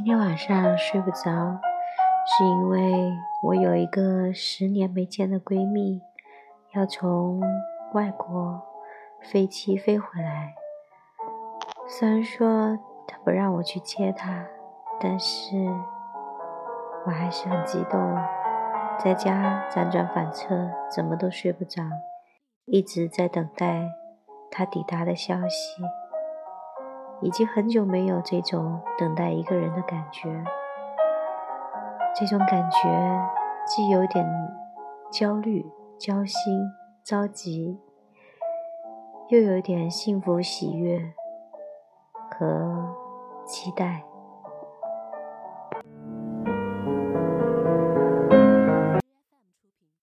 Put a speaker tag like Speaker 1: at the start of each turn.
Speaker 1: 今天晚上睡不着，是因为我有一个10年没见的闺蜜，要从外国飞机飞回来。虽然说她不让我去接她，但是我还是很激动，在家辗转反侧，怎么都睡不着，一直在等待她抵达的消息。已经很久没有这种等待一个人的感觉，这种感觉既有点焦虑、焦心、着急，又有点幸福、喜悦和期待。